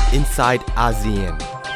inside ASEAN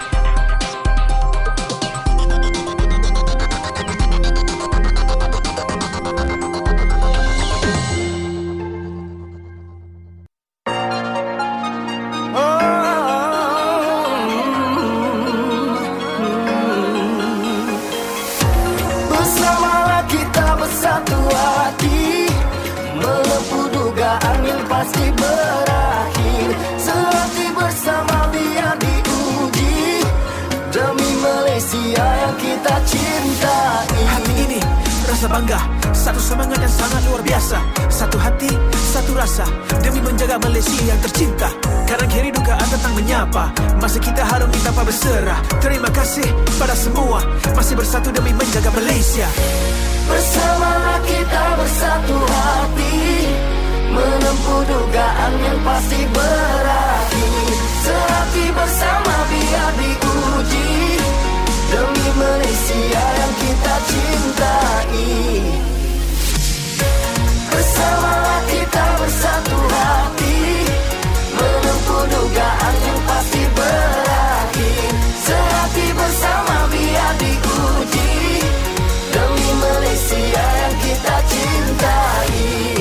Bangga, satu semangat yang sangat luar biasa. Satu hati, satu rasa demi menjaga Malaysia yang tercinta. Kanan kiri dugaan tentang menyapa, masa kita harungi tanpa berserah. Terima kasih pada semua masih bersatu demi menjaga Malaysia. Bersamalah kita bersatu hati, menempuh dugaan yang pasti berakhir. Sehati bersama biar diuji, demi Malaysia yang kita cintai. Bersamalah kita bersatu hati, menempuh dugaan yang pasti berakhir. Sehati bersama biar diuji, demi Malaysia yang kita cintai.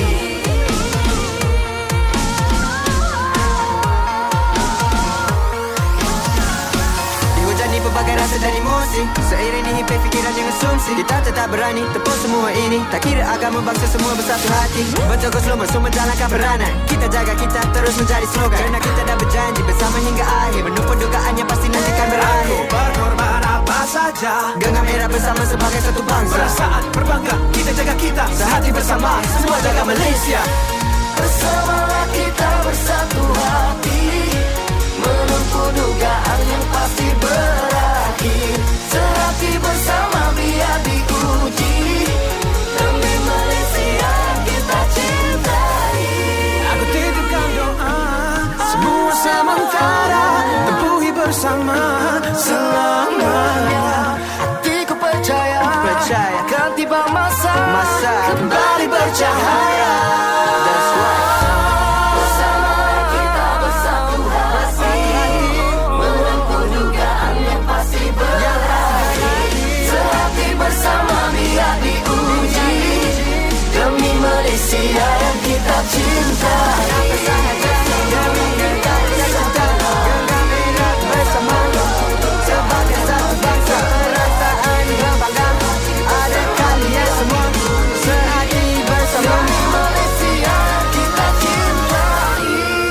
Berbagai rasa dan emosi, seiring himpit fikiran yang asumsi. Kita tetap berani tepuk semua ini, tak kira agama bangsa semua bersatu hati. Menjaga selama semua menjalankan peranan. Kita jaga kita terus menjadi slogan, kerana kita dah berjanji bersama hingga akhir. Menumpuk dugaannya pasti nanti kan berakhir. Aku berkorban apa saja, genggam merah bersama sebagai satu bangsa. Perasaan berbangga, kita jaga kita, sehati bersama, semua jaga Malaysia. Bersamalah kita bersatu hati, menempuh dugaan yang pasti berakhir. Sehati bersama biar diuji, demi Malaysia yang kita cintai. Aku titipkan doa, semua sementara, tempuhi bersama selamanya. Hatiku percaya akan tiba masa kembali bercahaya. That's right. Malaysia yang kita cintai. Genggam erat bersama sebagai satu bangsa. Perasaan berbangga ada kalian semua, sehati bersama. Malaysia yang kita cintai.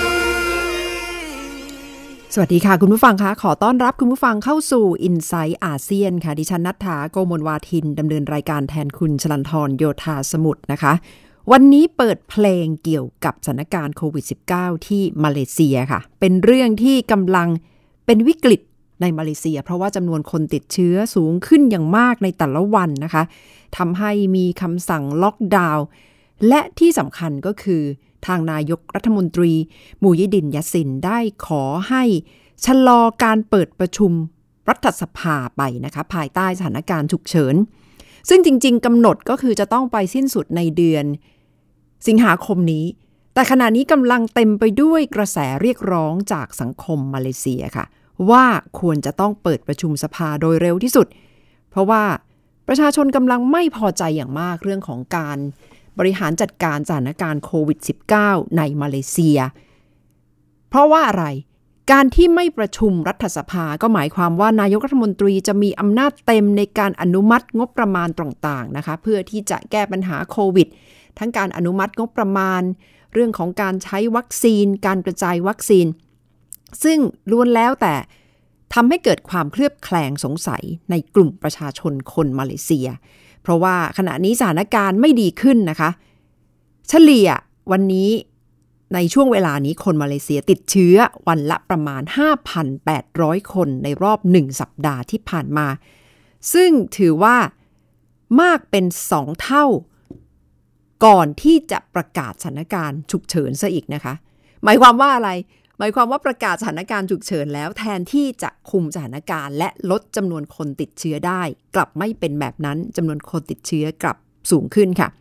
สวัสดีค่ะคุณผู้ฟังคะขอต้อนรับคุณผู้ฟังเข้าสู่ Inside อาเซียนค่ะดิฉันณัฐฐา โกมลวาทินดำเนินรายการแทนคุณชลันธรโยธาสมุทรนะคะวันนี้เปิดเพลงเกี่ยวกับสถานการณ์โควิด -19 ที่มาเลเซียค่ะเป็นเรื่องที่กำลังเป็นวิกฤตในมาเลเซียเพราะว่าจำนวนคนติดเชื้อสูงขึ้นอย่างมากในแต่ละวันนะคะทำให้มีคำสั่งล็อกดาวน์และที่สำคัญก็คือทางนายกรัฐมนตรีมูยิดินยัสสินได้ขอให้ชะลอการเปิดประชุมรัฐสภาไปนะคะภายใต้สถานการณ์ฉุกเฉินซึ่งจริงๆกำหนดก็คือจะต้องไปสิ้นสุดในเดือนสิงหาคมนี้แต่ขณะนี้กำลังเต็มไปด้วยกระแสเรียกร้องจากสังคมมาเลเซียค่ะว่าควรจะต้องเปิดประชุมสภาโดยเร็วที่สุดเพราะว่าประชาชนกำลังไม่พอใจอย่างมากเรื่องของการบริหารจัดการสถานการณ์โควิด -19 ในมาเลเซียเพราะว่าอะไรการที่ไม่ประชุมรัฐสภาก็หมายความว่านายกรัฐมนตรีจะมีอำนาจเต็มในการอนุมัติงบประมาณต่างๆนะคะเพื่อที่จะแก้ปัญหาโควิดทั้งการอนุมัติงบประมาณเรื่องของการใช้วัคซีนการกระจายวัคซีนซึ่งล้วนแล้วแต่ทำให้เกิดความเคลือบแคลงสงสัยในกลุ่มประชาชนคนมาเลเซียเพราะว่าขณะนี้สถานการณ์ไม่ดีขึ้นนะคะเฉลี่ยวันนี้ในช่วงเวลานี้คนมาเลเซียติดเชื้อวันละประมาณ 5,800 คนในรอบ1สัปดาห์ที่ผ่านมาซึ่งถือว่ามากเป็น2เท่าก่อนที่จะประกาศสถานการณ์ฉุกเฉินซะอีกนะคะหมายความว่าอะไรหมายความว่าประกาศสถานการณ์ฉุกเฉินแล้วแทนที่จะคุมสถานการณ์และลดจำนวนคนติดเชื้อได้กลับไม่เป็นแบบนั้นจำนวนคนติดเชื้อกลับสูงขึ้นค่ะ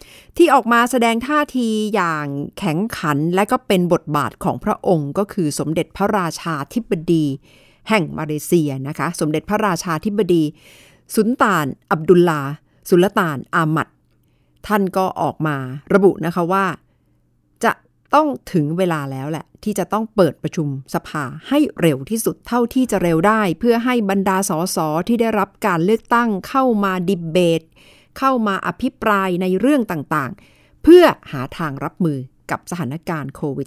ที่ออกมาแสดงท่าทีอย่างแข็งขันและก็เป็นบทบาทของพระองค์ก็คือสมเด็จพระราชาธิบดีแห่งมาเลเซียนะคะสมเด็จพระราชาธิบดีสุลต่านอับดุลลาสุลต่านอามัดท่านก็ออกมาระบุนะคะว่าจะต้องถึงเวลาแล้วแหละที่จะต้องเปิดประชุมสภาให้เร็วที่สุดเท่าที่จะเร็วได้เพื่อให้บรรดาสสที่ได้รับการเลือกตั้งเข้ามาดิเบตเข้ามาอภิปรายในเรื่องต่างๆเพื่อหาทางรับมือกับสถานการณ์โควิด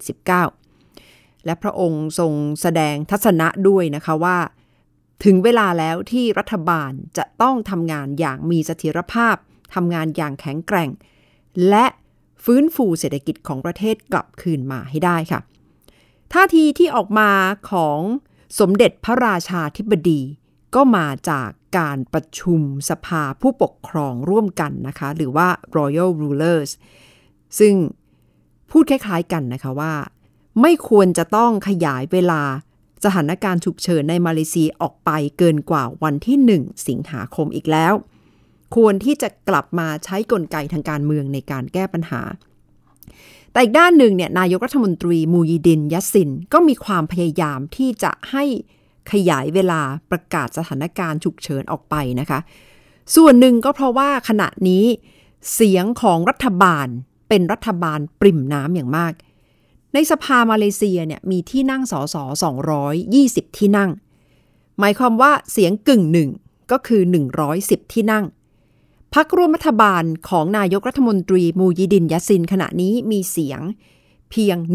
-19 และพระองค์ทรงแสดงทัศนะด้วยนะคะว่าถึงเวลาแล้วที่รัฐบาลจะต้องทำงานอย่างมีเสถียรภาพทำงานอย่างแข็งแกร่งและฟื้นฟูเศรษฐกิจของประเทศกลับคืนมาให้ได้ค่ะท่าทีที่ออกมาของสมเด็จพระราชาธิบดีก็มาจากการประชุมสภาผู้ปกครองร่วมกันนะคะหรือว่า Royal Rulers ซึ่งพูดคล้ายๆกันนะคะว่าไม่ควรจะต้องขยายเวลาสถานการณ์ฉุกเฉินในมาเลเซียออกไปเกินกว่าวันที่1 สิงหาคมอีกแล้วควรที่จะกลับมาใช้กลไกทางการเมืองในการแก้ปัญหาแต่อีกด้านหนึ่งเนี่ยนายกรัฐมนตรีมูยิดินยัสซินก็มีความพยายามที่จะให้ขยายเวลาประกาศสถานการณ์ฉุกเฉินออกไปนะคะส่วนหนึ่งก็เพราะว่าขณะนี้เสียงของรัฐบาลเป็นรัฐบาลปริ่มน้ำอย่างมากในสภามาเลเซียเนี่ยมีที่นั่งสส220ที่นั่งหมายความว่าเสียงกึ่งหนึ่งก็คือ110ที่นั่งพรรคร่วมรัฐบาลของนายกรัฐมนตรีมูยิดินยัสซินขณะนี้มีเสียงเพียง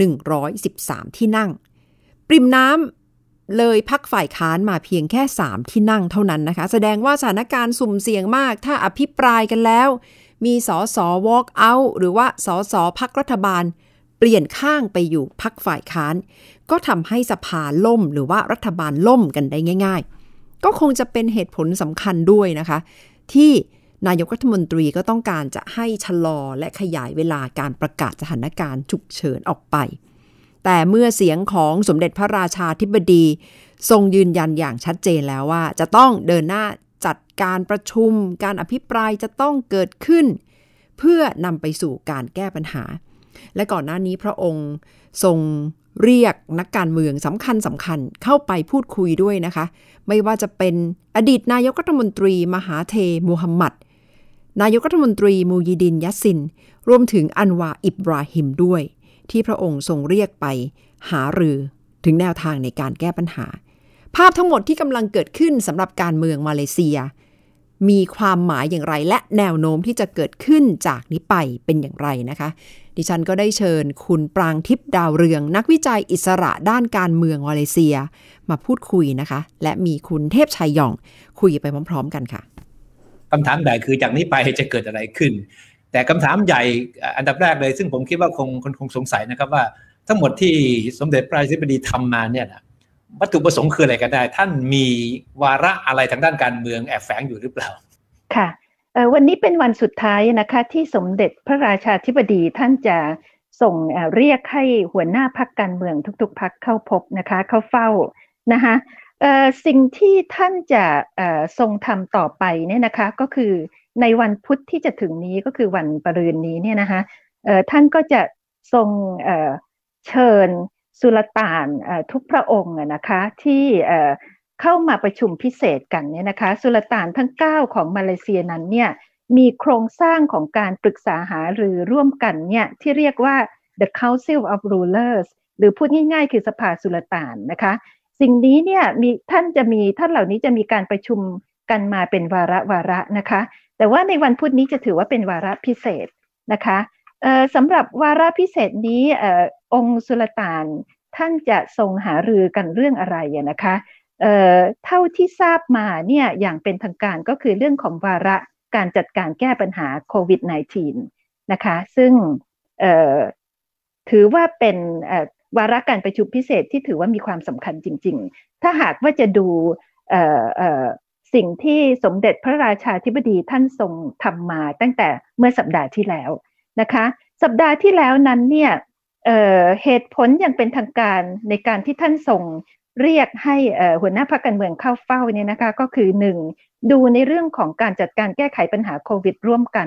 113ที่นั่งปริ่มน้ำเลยพรรคฝ่ายค้านมาเพียงแค่3ที่นั่งเท่านั้นนะคะแสดงว่าสถานการณ์สุ่มเสี่ยงมากถ้าอภิปรายกันแล้วมีสส walk out หรือว่าสสพรรครัฐบาลเปลี่ยนข้างไปอยู่พรรคฝ่ายค้านก็ทำให้สภาล่มหรือว่ารัฐบาลล่มกันได้ง่ายๆก็คงจะเป็นเหตุผลสำคัญด้วยนะคะที่นายกรัฐมนตรีก็ต้องการจะให้ชะลอและขยายเวลาการประกาศสถานการณ์ฉุกเฉินออกไปแต่เมื่อเสียงของสมเด็จพระราชาธิบดีทรงยืนยันอย่างชัดเจนแล้วว่าจะต้องเดินหน้าจัดการประชุมการอภิปรายจะต้องเกิดขึ้นเพื่อนำไปสู่การแก้ปัญหาและก่อนหน้านี้พระองค์ทรงเรียกนักการเมืองสำคัญเข้าไปพูดคุยด้วยนะคะไม่ว่าจะเป็นอดีตนายกรัฐมนตรีมหาเทมูฮัมหมัดนายกรัฐมนตรีมูยิดินยัสซินรวมถึงอันวาอิบราฮิมด้วยที่พระองค์ทรงเรียกไปหารือถึงแนวทางในการแก้ปัญหาภาพทั้งหมดที่กำลังเกิดขึ้นสำหรับการเมืองมาเลเซียมีความหมายอย่างไรและแนวโน้มที่จะเกิดขึ้นจากนี้ไปเป็นอย่างไรนะคะดิฉันก็ได้เชิญคุณปรางทิพย์ดาวเรืองนักวิจัยอิสระด้านการเมืองมาเลเซียมาพูดคุยนะคะและมีคุณเทพชัยหย่องคุยไปพร้อมๆกันค่ะคำถามใหญ่คือจากนี้ไปจะเกิดอะไรขึ้นแต่คำถามใหญ่อันดับแรกเลยซึ่งผมคิดว่าคงสงสัยนะครับว่าทั้งหมดที่สมเด็จพระราชาธิบดีทำมาเนี่ยนะวัตถุประสงค์คืออะไรกันได้ท่านมีวาระอะไรทางด้านการเมืองแอบแฝงอยู่หรือเปล่าค่ะวันนี้เป็นวันสุดท้ายนะคะที่สมเด็จพระราชาธิบดีท่านจะส่งเรียกให้หัวหน้าพรรคการเมืองทุกๆพรรคเข้าพบนะคะเข้าเฝ้านะคะสิ่งที่ท่านจะทรงทำต่อไปเนี่ยนะคะก็คือในวันพุธที่จะถึงนี้ก็คือวันปรืนนี้เนี่ยนะคะท่านก็จะทรงเชิญสุลต่านทุกพระองค์นะคะที่เข้ามาประชุมพิเศษกันเนี่ยนะคะสุลต่านทั้ง9ของมาเลเซียนั้นเนี่ยมีโครงสร้างของการปรึกษาหารือร่วมกันเนี่ยที่เรียกว่า The Council of Rulers หรือพูดง่ายๆคือสภาสุลต่านนะคะสิ่งนี้เนี่ยท่านเหล่านี้จะมีการประชุมกันมาเป็นวาระนะคะแต่ว่าในวันพุธนี้จะถือว่าเป็นวาระพิเศษนะคะสำหรับวาระพิเศษนี้องค์สุลต่านท่านจะทรงหารือกันเรื่องอะไรนะคะเท่าที่ทราบมาเนี่ยอย่างเป็นทางการก็คือเรื่องของวาระการจัดการแก้ปัญหาโควิด -19 นะคะซึ่งถือว่าเป็นวาระการประชุมพิเศษที่ถือว่ามีความสำคัญจริงๆถ้าหากว่าจะดูสิ่งที่สมเด็จพระราชาธิบดีท่านทรงทำมาตั้งแต่เมื่อสัปดาห์ที่แล้วนะคะสัปดาห์ที่แล้วนั้นเนี่ยเหตุผลอย่างเป็นทางการในการที่ท่านทรงเรียกให้หัวหน้าพรรคการเมืองเข้าเฝ้าเนี่ยนะคะก็คือ1ดูในเรื่องของการจัดการแก้ไขปัญหาโควิดร่วมกัน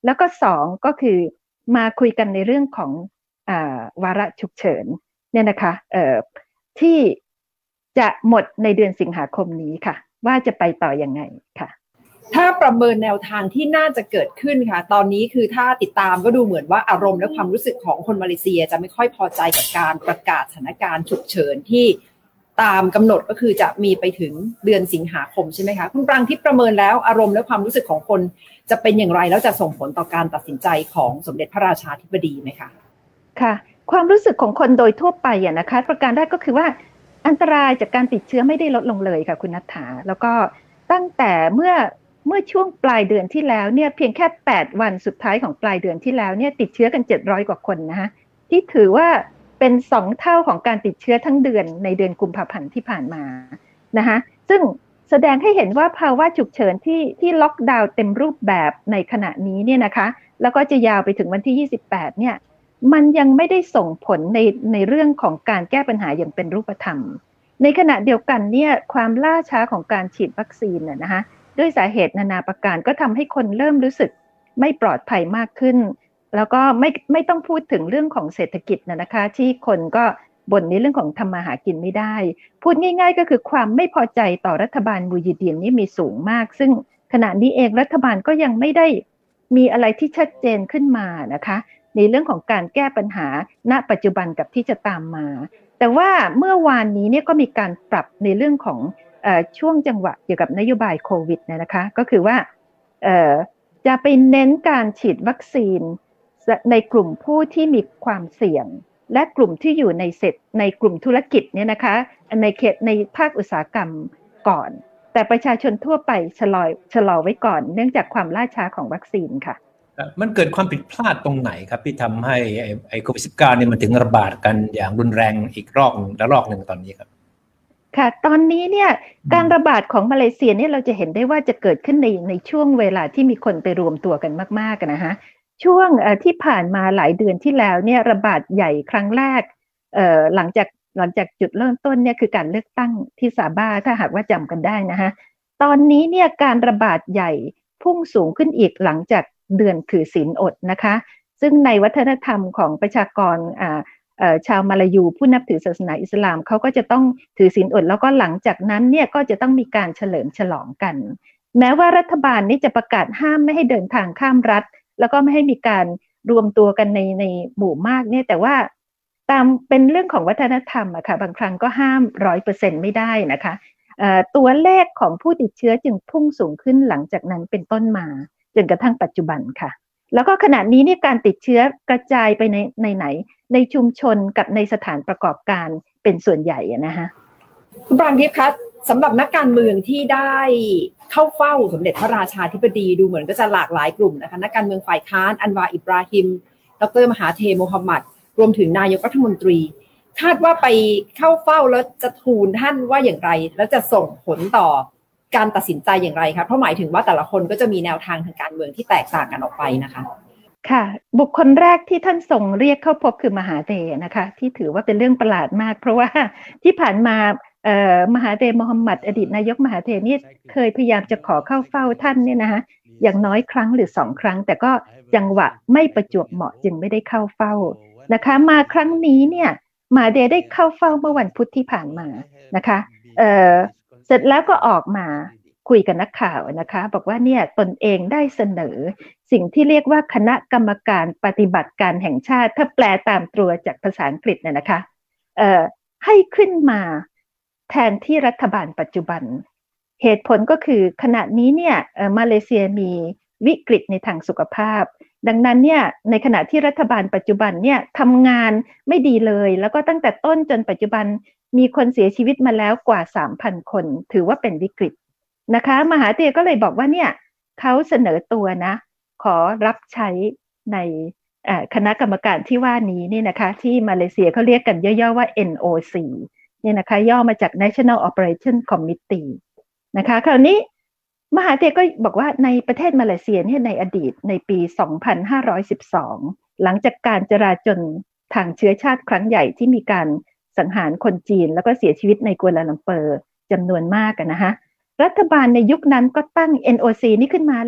แล้วก็2ก็คือมาคุยกันในเรื่องของวาระฉุกเฉินเนี่ยนะคะที่จะหมดในเดือนสิงหาคมนี้ค่ะว่าจะไปต่อยังไงค่ะถ้าประเมินแนวทางที่น่าจะเกิดขึ้นค่ะตอนนี้คือถ้าติดตามก็ดูเหมือนว่าอารมณ์และความรู้สึกของคนมาเลเซียจะไม่ค่อยพอใจกับการประกาศสถานการณ์ฉุกเฉินที่ตามกำหนดก็คือจะมีไปถึงเดือนสิงหาคมใช่ไหมคะคุณปรางทิพย์ประเมินแล้วอารมณ์และความรู้สึกของคนจะเป็นอย่างไรแล้วจะส่งผลต่อการตัดสินใจของสมเด็จพระราชาธิบดีไหมคะค่ะความรู้สึกของคนโดยทั่วไปนะคะประการแรกก็คือว่าอันตรายจากการติดเชื้อไม่ได้ลดลงเลยค่ะคุณณัฐฐาแล้วก็ตั้งแต่เมื่อช่วงปลายเดือนที่แล้วเนี่ยเพียงแค่8วันสุดท้ายของปลายเดือนที่แล้วเนี่ยติดเชื้อกัน700กว่าคนนะคะที่ถือว่าเป็น2เท่าของการติดเชื้อทั้งเดือนในเดือนกุมภาพันธ์ที่ผ่านมานะคะซึ่งแสดงให้เห็นว่าภาวะฉุกเฉินที่ล็อกดาวน์เต็มรูปแบบในขณะนี้เนี่ยนะคะแล้วก็จะยาวไปถึงวันที่28เนี่ยมันยังไม่ได้ส่งผลในเรื่องของการแก้ปัญหาอย่างเป็นรูปธรรมในขณะเดียวกันเนี่ยความล่าช้าของการฉีดวัคซีนนะคะด้วยสาเหตุนานาประการก็ทำให้คนเริ่มรู้สึกไม่ปลอดภัยมากขึ้นแล้วก็ไม่ต้องพูดถึงเรื่องของเศรษฐกิจนะคะที่คนก็บ่นในเรื่องของทำมาหากินไม่ได้พูดง่ายๆก็คือความไม่พอใจต่อรัฐบาลมูฮิดดีนนี่มีสูงมากซึ่งขณะนี้เองรัฐบาลก็ยังไม่ได้มีอะไรที่ชัดเจนขึ้นมานะคะในเรื่องของการแก้ปัญหาณปัจจุบันกับที่จะตามมาแต่ว่าเมื่อวานนี้เนี่ยก็มีการปรับในเรื่องของช่วงจังหวะเกี่ยวกับนโยบายโควิดนะคะก็คือว่าจะไปเน้นการฉีดวัคซีนในกลุ่มผู้ที่มีความเสี่ยงและกลุ่มที่อยู่ในกลุ่มธุรกิจเนี่ยนะคะในภาคอุตสาหกรรมก่อนแต่ประชาชนทั่วไปชะลอไว้ก่อนเนื่องจากความล่าช้าของวัคซีนค่ะมันเกิดความผิดพลาดตรงไหนครับที่ทำให้ไอ้โควิด -19 เนี่ยมันถึงระบาดกันอย่างรุนแรงอีกรอบหนึ่งตอนนี้ครับค่ะตอนนี้เนี่ยการระบาดของมาเลเซียเนี่ยเราจะเห็นได้ว่าจะเกิดขึ้นในช่วงเวลาที่มีคนไปรวมตัวกันมากๆนะคะช่วงที่ผ่านมาหลายเดือนที่แล้วเนี่ยระบาดใหญ่ครั้งแรกหลังจากจุดเริ่มต้นเนี่ยคือการเลือกตั้งที่ซาบ้าถ้าหากว่าจำกันได้นะคะตอนนี้เนี่ยการระบาดใหญ่พุ่งสูงขึ้นอีกหลังจากเดือนถือศีลอดนะคะซึ่งในวัฒนธรรมของประชากรชาวมาลายูผู้นับถือศาสนาอิสลามเขาก็จะต้องถือศีลอดแล้วก็หลังจากนั้นเนี่ยก็จะต้องมีการเฉลิมฉลองกันแม้ว่ารัฐบาลนี่จะประกาศห้ามไม่ให้เดินทางข้ามรัฐแล้วก็ไม่ให้มีการรวมตัวกันในหมู่มากเนี่ยแต่ว่าตามเป็นเรื่องของวัฒนธรรมอะค่ะบางครั้งก็ห้าม 100% ไม่ได้นะคะตัวเลขของผู้ติดเชื้อจึงพุ่งสูงขึ้นหลังจากนั้นเป็นต้นมาจนกระทั่งปัจจุบันค่ะแล้วก็ขณะนี้นี่การติดเชื้อกระจายไปในชุมชนกับในสถานประกอบการเป็นส่วนใหญ่นะคะคุณปรางทิพย์คะสำหรับนักการเมืองที่ได้เข้าเฝ้าสมเด็จพระราชาธิบดีดูเหมือนก็จะหลากหลายกลุ่มนะคะนักการเมืองฝ่ายค้านอันวาอิบราฮิมดร.มหาเทโมฮัมหมัดรวมถึงนายกรัฐมนตรีคาดว่าไปเข้าเฝ้าแล้วจะทูลท่านว่าอย่างไรแล้วจะส่งผลต่อการตัดสินใจอย่างไรคะเพราะหมายถึงว่าแต่ละคนก็จะมีแนวทางทางการเมืองที่แตกต่างกันออกไปนะคะค่ะบุคคลแรกที่ท่านส่งเรียกเข้าพบคือมหาเทนะคะที่ถือว่าเป็นเรื่องประหลาดมากเพราะว่าที่ผ่านมามหาเทโมฮัมหมัดอดีตนายกมหาเทนี่เคยพยายามจะขอเข้าเฝ้าท่านเนี่ยนะคะอย่างน้อยครั้งหรือ2ครั้งแต่ก็จังหวะไม่ประจวบเหมาะจึงไม่ได้เข้าเฝ้านะคะมาครั้งนี้เนี่ยมหาเทได้เข้าเฝ้าเมื่อวันพุธที่ผ่านมานะคะเสร็จแล้วก็ออกมาคุยกับนักข่าวนะคะบอกว่าเนี่ยตนเองได้เสนอสิ่งที่เรียกว่าคณะกรรมการปฏิบัติการแห่งชาติถ้าแปลตามตัวจากภาษาอังกฤษนะคะให้ขึ้นมาแทนที่รัฐบาลปัจจุบันเหตุผลก็คือขณะนี้เนี่ยมาเลเซียมีวิกฤตในทางสุขภาพดังนั้นเนี่ยในขณะที่รัฐบาลปัจจุบันเนี่ยทำงานไม่ดีเลยแล้วก็ตั้งแต่ต้นจนปัจจุบันมีคนเสียชีวิตมาแล้วกว่า 3,000 คนถือว่าเป็นวิกฤตนะคะมหาเทก็เลยบอกว่าเนี่ยเขาเสนอตัวนะขอรับใช้ในคณะกรรมการที่ว่านี้นี่นะคะที่มาเลเซียเขาเรียกกันย่อๆว่า NOC เนี่ยนะคะย่อมาจาก National Operation Committee นะคะคราวนี้มหาเทก็บอกว่าในประเทศมาเลเซียเนี่ยในอดีตในปี 2512 หลังจากการจราจรทางเชื้อชาติครั้งใหญ่ที่มีการสังหารคนจีนแล้วก็เสียชีวิตในกัวลาลัมเปอร์จำนวนมากนะคะรัฐบาลในยุคนั้นก็ตั้ง NOC นี้ขึ้นมาแหละ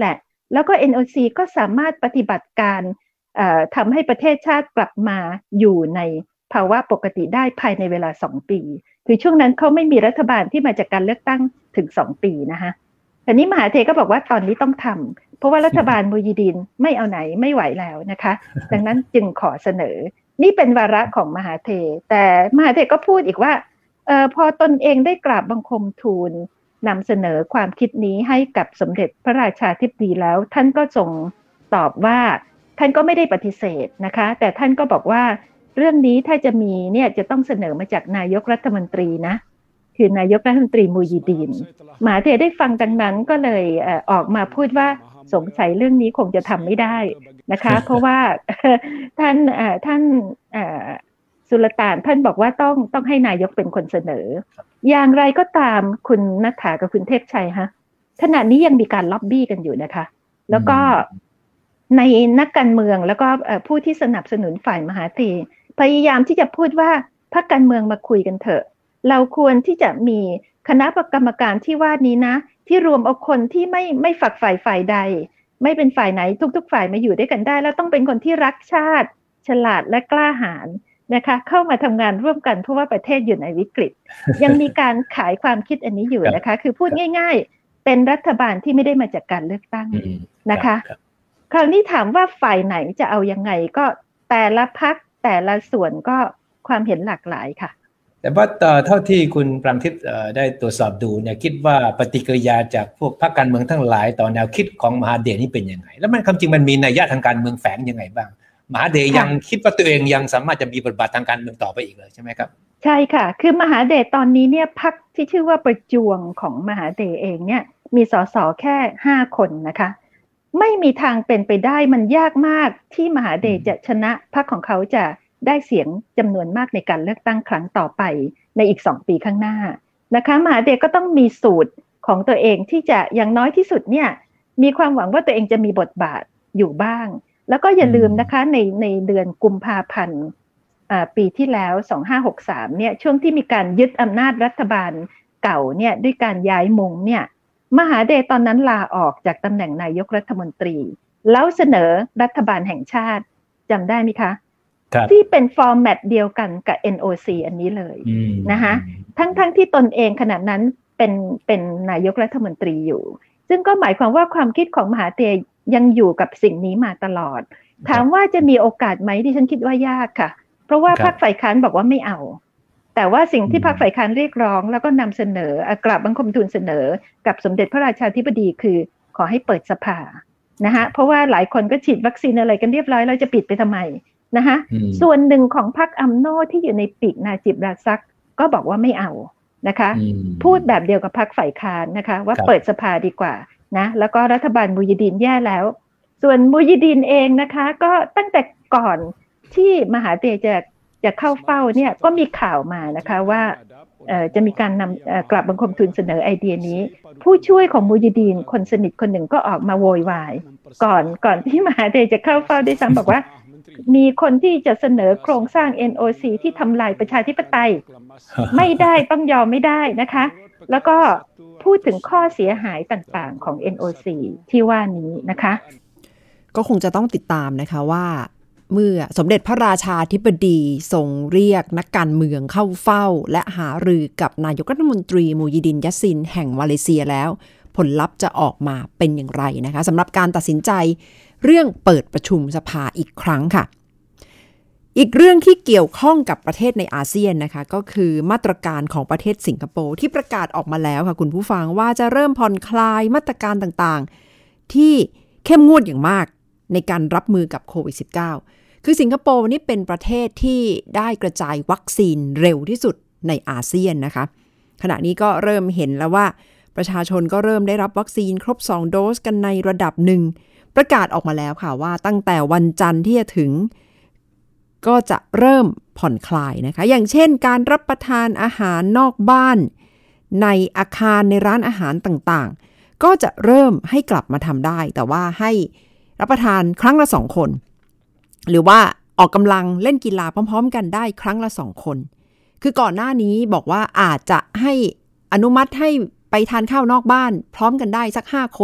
แล้วก็ NOC ก็สามารถปฏิบัติการทำให้ประเทศชาติกลับมาอยู่ในภาวะปกติได้ภายในเวลา2 ปีคือช่วงนั้นเขาไม่มีรัฐบาลที่มาจากการเลือกตั้งถึง2 ปีนะคะแต่นี้มหาเทก็บอกว่าตอนนี้ต้องทำเพราะว่ารัฐบาลมูยิดินไม่เอาไหนไม่ไหวแล้วนะคะดังนั้นจึงขอเสนอนี่เป็นวาระของมหาเทแต่มหาเทก็พูดอีกว่าพอตนเองได้กราบบังคมทูลนำเสนอความคิดนี้ให้กับสมเด็จพระราชาธิบดีแล้วท่านก็ทรงตอบว่าท่านก็ไม่ได้ปฏิเสธนะคะแต่ท่านก็บอกว่าเรื่องนี้ถ้าจะมีเนี่ยจะต้องเสนอมาจากนายกรัฐมนตรีนะคือนายกรัฐมนตรีมูยิดินมหาเทได้ฟังดังนั้นก็เลยออกมาพูดว่าสงสัยเรื่องนี้คงจะทำไม่ได้นะคะเพราะว่าท่านสุลต่านท่านบอกว่าต้องให้นายกเป็นคนเสนออย่างไรก็ตามคุณณัฐฐากับคุณเทพชัยฮะขณะนี้ยังมีการล็อบบี้กันอยู่นะคะแล้วก็ในนักการเมืองแล้วก็ผู้ที่สนับสนุนฝ่ายมหาเทพยายามที่จะพูดว่าพรรคการเมืองมาคุยกันเถอะเราควรที่จะมีคณะกรรมการที่ว่านี้นะที่รวมเอาคนที่ไม่ฝักฝ่ายใดไม่เป็นฝ่ายไหนทุกๆฝ่ายมาอยู่ด้วยกันได้แล้วต้องเป็นคนที่รักชาติฉลาดและกล้าหาญนะคะเข้ามาทำงานร่วมกันเพราะว่าประเทศอยู่ในวิกฤต ยังมีการขายความคิดอันนี้อยู่นะคะคือพูดง่ายๆเป็นรัฐบาลที่ไม่ได้มาจากการเลือกตั้งนะคะคราวนี้ถามว่าฝ่ายไหนจะเอายังไงก็แต่ละพรรคแต่ละส่วนก็ความเห็นหลากหลายค่ะแต่ว่าเท่าที่คุณปรางทิพย์ได้ตรวจสอบดูเนี่ยคิดว่าปฏิกิริยาจากพวกพรรคการเมืองทั้งหลายต่อแนวคิดของมหาเดชนี่เป็นยังไงแล้วมันความจริงมันมีนัยยะทางการเมืองแฝงยังไงบ้างมหาเดชยังคิดว่าตัวเองยังสามารถจะมีบทบาททางการเมืองต่อไปอีกเลยใช่ไหมครับใช่ค่ะคือมหาเดชตอนนี้เนี่ยพรรคที่ชื่อว่าประจวงของมหาเดชเองเนี่ยมีสสแค่5 คนนะคะไม่มีทางเป็นไปได้มันยากมากที่มหาเดชจะชนะพรรคของเขาจะได้เสียงจำนวนมากในการเลือกตั้งครั้งต่อไปในอีก2 ปีข้างหน้านะคะมหาเดชก็ต้องมีสูตรของตัวเองที่จะอย่างน้อยที่สุดเนี่ยมีความหวังว่าตัวเองจะมีบทบาทอยู่บ้างแล้วก็อย่าลืมนะคะในเดือนกุมภาพันธ์ปีที่แล้ว2563เนี่ยช่วงที่มีการยึดอำนาจรัฐบาลเก่าเนี่ยด้วยการย้ายมุงเนี่ยมหาเดชตอนนั้นลาออกจากตำแหน่งนายกรัฐมนตรีแล้วเสนอรัฐบาลแห่งชาติจำได้ไหมคะที่เป็นฟอร์แมตเดียวกันกับ NOC อันนี้เลยนะคะทั้งที่ตนเองขณะนั้นเป็นนายกรัฐมนตรีอยู่ซึ่งก็หมายความว่าความคิดของมหาเดชยังอยู่กับสิ่งนี้มาตลอดถามว่าจะมีโอกาสไหมดิฉันคิดว่ายากค่ะเพราะว่าพรรคฝ่ายค้านบอกว่าไม่เอาแต่ว่าสิ่งที่พรรคฝ่ายค้านเรียกร้องแล้วก็นำเสนอกราบบังคมทูลเสนอกับสมเด็จพระราชาธิบดีคือขอให้เปิดสภานะคะเพราะว่าหลายคนก็ฉีดวัคซีนอะไรกันเรียบร้อยแล้วจะปิดไปทำไมนะคะส่วนหนึ่งของพรรคอัมโนที่อยู่ในปีกนาจิบราซักก็บอกว่าไม่เอานะคะพูดแบบเดียวกับพรรคฝ่ายค้านนะคะว่าเปิดสภาดีกว่านะแล้วก็รัฐบาลมูยิดินแย่แล้วส่วนมูยิดินเองนะคะก็ตั้งแต่ก่อนที่มหาเดชจะเข้าเฝ้าเนี่ยก็มีข่าวมานะคะว่าจะมีการนำกราบบังคมทูลเสนอไอเดียนี้ผู้ช่วยของมูยิดินคนสนิทคนหนึ่งก็ออกมาโวยวายก่อนที่มหาเดชจะเข้าเฝ้าด้วยซ้ำบอกว่ามีคนที่จะเสนอโครงสร้าง NOC ที่ทำลายประชาธิปไตยไม่ได้ต้องยอมไม่ได้นะคะแล้วก็พูดถึงข้อเสียหายต่างๆของ NOC ที่ว่านี้นะคะก็คงจะต้องติดตามนะคะว่าเมื่อสมเด็จพระราชาธิบดีทรงเรียกนักการเมืองเข้าเฝ้าและหารือกับนายกรัฐมนตรีมูยิดินยัสซินแห่งมาเลเซียแล้วผลลัพธ์จะออกมาเป็นอย่างไรนะคะสำหรับการตัดสินใจเรื่องเปิดประชุมสภาอีกครั้งค่ะอีกเรื่องที่เกี่ยวข้องกับประเทศในอาเซียนนะคะก็คือมาตรการของประเทศสิงคโปร์ที่ประกาศออกมาแล้วค่ะคุณผู้ฟังว่าจะเริ่มผ่อนคลายมาตรการต่างๆที่เข้มงวดอย่างมากในการรับมือกับโควิด -19 คือสิงคโปร์นี่เป็นประเทศที่ได้กระจายวัคซีนเร็วที่สุดในอาเซียนนะคะขณะนี้ก็เริ่มเห็นแล้วว่าประชาชนก็เริ่มได้รับวัคซีนครบ2โดสกันในระดับหนึ่งประกาศออกมาแล้วค่ะว่าตั้งแต่วันจันทร์ที่จะถึงก็จะเริ่มผ่อนคลายนะคะอย่างเช่นการรับประทานอาหารนอกบ้านในอาคารในร้านอาหารต่างๆก็จะเริ่มให้กลับมาทำได้แต่ว่าให้รับประทานครั้งละ2คนหรือว่าออกกำลังเล่นกีฬาพร้อมๆกันได้ครั้งละ2คนคือก่อนหน้านี้บอกว่าอาจจะให้อนุมัติให้ไปทานข้าวนอกบ้านพร้อมกันได้สัก5คน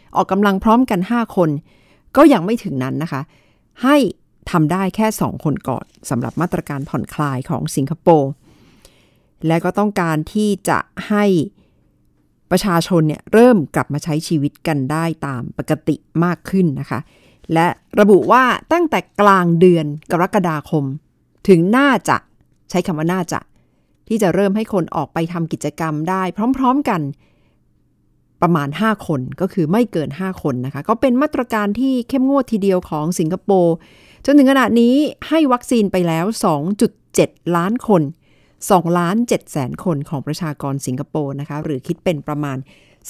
ออกกำลังพร้อมกัน5คนก็ยังไม่ถึงนั้นนะคะให้ทำได้แค่2คนก่อนสำหรับมาตรการผ่อนคลายของสิงคโปร์และก็ต้องการที่จะให้ประชาชนเนี่ยเริ่มกลับมาใช้ชีวิตกันได้ตามปกติมากขึ้นนะคะและระบุว่าตั้งแต่กลางเดือนกรกฎาคมถึงน่าจะใช้คำว่าน่าจะที่จะเริ่มให้คนออกไปทำกิจกรรมได้พร้อมๆกันประมาณ5คนก็คือไม่เกิน5คนนะคะก็เป็นมาตรการที่เข้มงวดทีเดียวของสิงคโปร์จนถึงขณะนี้ให้วัคซีนไปแล้ว 2.7 ล้านคน2,700,000 คนของประชากรสิงคโปร์นะคะหรือคิดเป็นประมาณ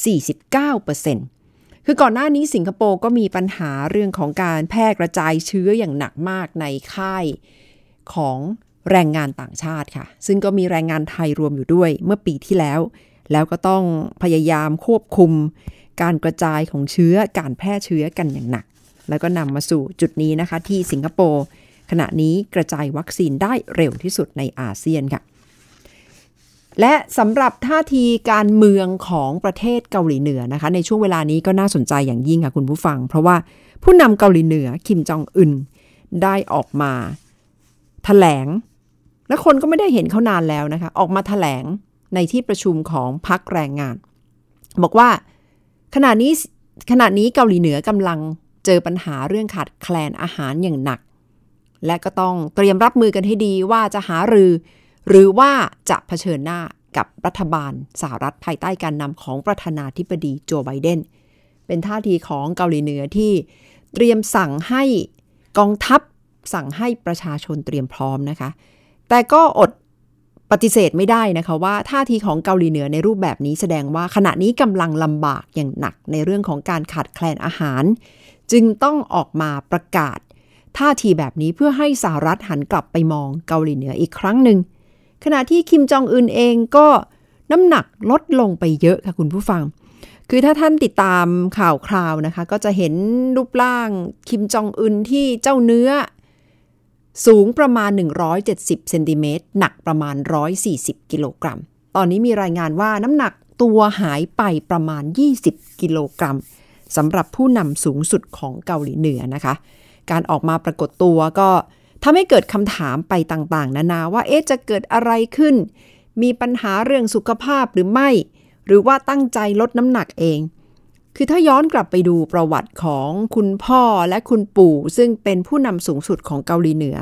49%คือก่อนหน้านี้สิงคโปร์ก็มีปัญหาเรื่องของการแพร่กระจายเชื้ออย่างหนักมากในค่ายของแรงงานต่างชาติค่ะซึ่งก็มีแรงงานไทยรวมอยู่ด้วยเมื่อปีที่แล้วก็ต้องพยายามควบคุมการกระจายของเชื้อการแพร่เชื้อกันอย่างหนักแล้วก็นำมาสู่จุดนี้นะคะที่สิงคโปร์ขณะนี้กระจายวัคซีนได้เร็วที่สุดในอาเซียนค่ะและสำหรับท่าทีการเมืองของประเทศเกาหลีเหนือนะคะในช่วงเวลานี้ก็น่าสนใจอย่างยิ่งค่ะคุณผู้ฟังเพราะว่าผู้นำเกาหลีเหนือคิมจองอึนได้ออกมาแถลงและคนก็ไม่ได้เห็นเขานานแล้วนะคะออกมาแถลงในที่ประชุมของพรรคแรงงานบอกว่าขณะนี้เกาหลีเหนือกำลังเจอปัญหาเรื่องขาดแคลนอาหารอย่างหนักและก็ต้องเตรียมรับมือกันให้ดีว่าจะหารือหรือว่าจะเผชิญหน้ากับรัฐบาลสหรัฐภายใต้การนำของประธานาธิบดีโจไบเดนเป็นท่าทีของเกาหลีเหนือที่เตรียมสั่งให้กองทัพสั่งให้ประชาชนเตรียมพร้อมนะคะแต่ก็อดปฏิเสธไม่ได้นะคะว่าท่าทีของเกาหลีเหนือในรูปแบบนี้แสดงว่าขณะนี้กำลังลำบากอย่างหนักในเรื่องของการขาดแคลนอาหารจึงต้องออกมาประกาศท่าทีแบบนี้เพื่อให้สหรัฐหันกลับไปมองเกาหลีเหนืออีกครั้งหนึ่งขณะที่คิมจองอึนเองก็น้ำหนักลดลงไปเยอะค่ะคุณผู้ฟังคือถ้าท่านติดตามข่าวคราวนะคะก็จะเห็นรูปร่างคิมจองอึนที่เจ้าเนื้อสูงประมาณ170เซนติเมตรหนักประมาณ140กิโลกรัมตอนนี้มีรายงานว่าน้ำหนักตัวหายไปประมาณ20กิโลกรัมสำหรับผู้นำสูงสุดของเกาหลีเหนือนะคะการออกมาปรากฏตัวก็ทำให้เกิดคำถามไปต่างๆนานาว่าจะเกิดอะไรขึ้นมีปัญหาเรื่องสุขภาพหรือไม่หรือว่าตั้งใจลดน้ำหนักเองคือถ้าย้อนกลับไปดูประวัติของคุณพ่อและคุณปู่ซึ่งเป็นผู้นำสูงสุดของเกาหลีเหนือ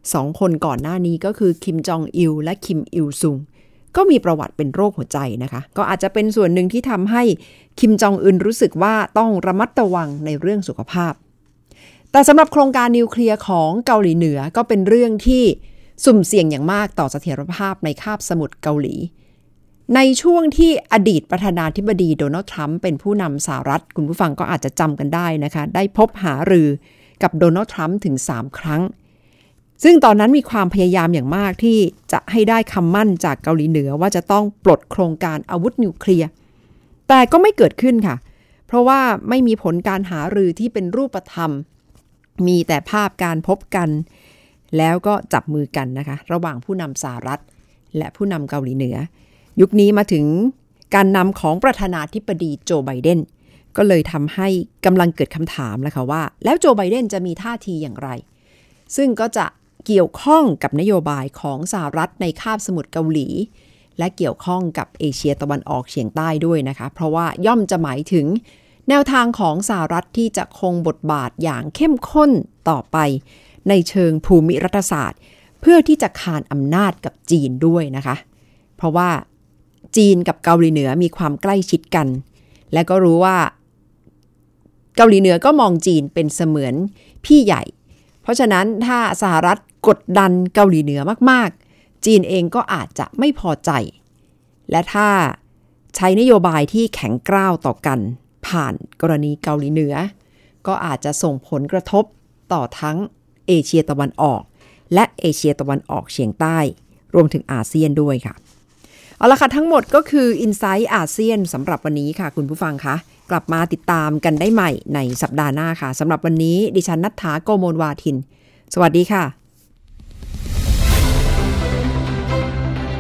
2คนก่อนหน้านี้ก็คือคิมจองอิลและคิมอิลซุงก็มีประวัติเป็นโรคหัวใจนะคะก็อาจจะเป็นส่วนหนึ่งที่ทำให้คิมจองอึนรู้สึกว่าต้องระมัดระวังในเรื่องสุขภาพแต่สำหรับโครงการนิวเคลียร์ของเกาหลีเหนือก็เป็นเรื่องที่สุ่มเสี่ยงอย่างมากต่อเสถียรภาพในคาบสมุทรเกาหลีในช่วงที่อดีตประธานาธิบดีโดนัลด์ทรัมป์เป็นผู้นำสหรัฐคุณผู้ฟังก็อาจจะจำกันได้นะคะได้พบหารือกับโดนัลด์ทรัมป์ถึง3ครั้งซึ่งตอนนั้นมีความพยายามอย่างมากที่จะให้ได้คำมั่นจากเกาหลีเหนือว่าจะต้องปลดโครงการอาวุธนิวเคลียร์แต่ก็ไม่เกิดขึ้นค่ะเพราะว่าไม่มีผลการหารือที่เป็นรูปธรรมมีแต่ภาพการพบกันแล้วก็จับมือกันนะคะระหว่างผู้นำสหรัฐและผู้นำเกาหลีเหนือยุคนี้มาถึงการนำของประธานาธิบดีโจไบเดนก็เลยทำให้กำลังเกิดคำถามแล้วค่ะว่าแล้วโจไบเดนจะมีท่าทีอย่างไรซึ่งก็จะเกี่ยวข้องกับนโยบายของสหรัฐในคาบสมุทรเกาหลีและเกี่ยวข้องกับเอเชียตะวันออกเฉียงใต้ด้วยนะคะเพราะว่าย่อมจะหมายถึงแนวทางของสหรัฐที่จะคงบทบาทอย่างเข้มข้นต่อไปในเชิงภูมิรัฐศาสตร์เพื่อที่จะคานอำนาจกับจีนด้วยนะคะเพราะว่าจีนกับเกาหลีเหนือมีความใกล้ชิดกันและก็รู้ว่าเกาหลีเหนือก็มองจีนเป็นเสมือนพี่ใหญ่เพราะฉะนั้นถ้าสหรัฐกดดันเกาหลีเหนือมากๆจีนเองก็อาจจะไม่พอใจและถ้าใช้นโยบายที่แข็งกร้าวต่อกันผ่านกรณีเกาหลีเหนือก็อาจจะส่งผลกระทบต่อทั้งเอเชียตะวันออกและเอเชียตะวันออกเฉียงใต้รวมถึงอาเซียนด้วยค่ะเอาละค่ะทั้งหมดก็คือ Insight อาเซียนสำหรับวันนี้ค่ะคุณผู้ฟังคะกลับมาติดตามกันได้ใหม่ในสัปดาห์หน้าค่ะสำหรับวันนี้ดิฉันณัฐฐา โกมลวาทินสวัสดีค่ะ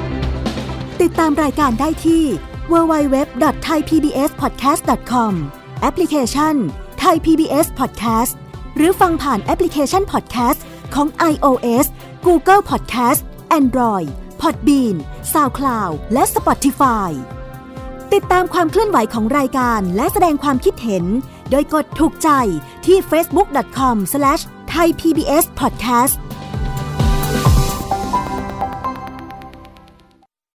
ติดตามรายการได้ที่ www.thaipbspodcast.com แอปพลิเคชัน Thai PBS Podcast หรือฟังผ่านแอปพลิเคชัน Podcast ของ iOS Google Podcast Android Podbean SoundCloud และ Spotify ติดตามความเคลื่อนไหวของรายการและแสดงความคิดเห็นโดยกดถูกใจที่ facebook.com/thaipbspodcast